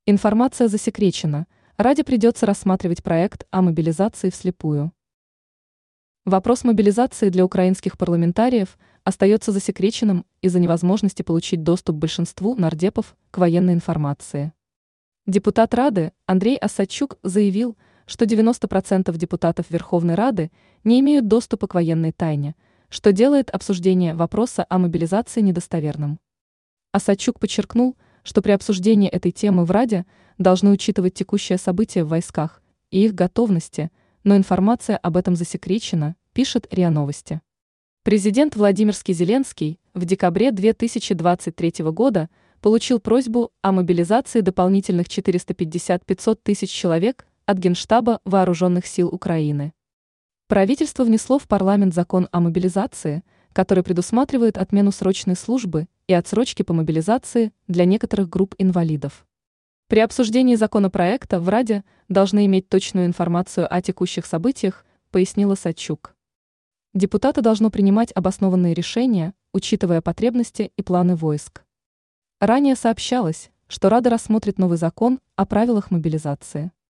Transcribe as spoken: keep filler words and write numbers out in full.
Информация засекречена. Раде придется рассматривать проект о мобилизации вслепую. Вопрос мобилизации для украинских парламентариев остается засекреченным из-за невозможности получить доступ большинству нардепов к военной информации. Депутат Рады Андрей Осадчук заявил, что девяносто процентов депутатов Верховной Рады не имеют доступа к военной тайне, что делает обсуждение вопроса о мобилизации недостоверным. Осадчук подчеркнул, что при обсуждении этой темы в Раде должны учитывать текущие события в войсках и их готовности, но информация об этом засекречена, пишет РИА Новости. Президент Владимирский Зеленский в декабре две тысячи двадцать третьего года получил просьбу о мобилизации дополнительных четыреста пятьдесят - пятьсот тысяч человек от Генштаба Вооруженных сил Украины. Правительство внесло в парламент закон о мобилизации, который предусматривает отмену срочной службы и отсрочки по мобилизации для некоторых групп инвалидов. При обсуждении законопроекта в Раде должны иметь точную информацию о текущих событиях, пояснила Осадчук. Депутаты должны принимать обоснованные решения, учитывая потребности и планы войск. Ранее сообщалось, что Рада рассмотрит новый закон о правилах мобилизации.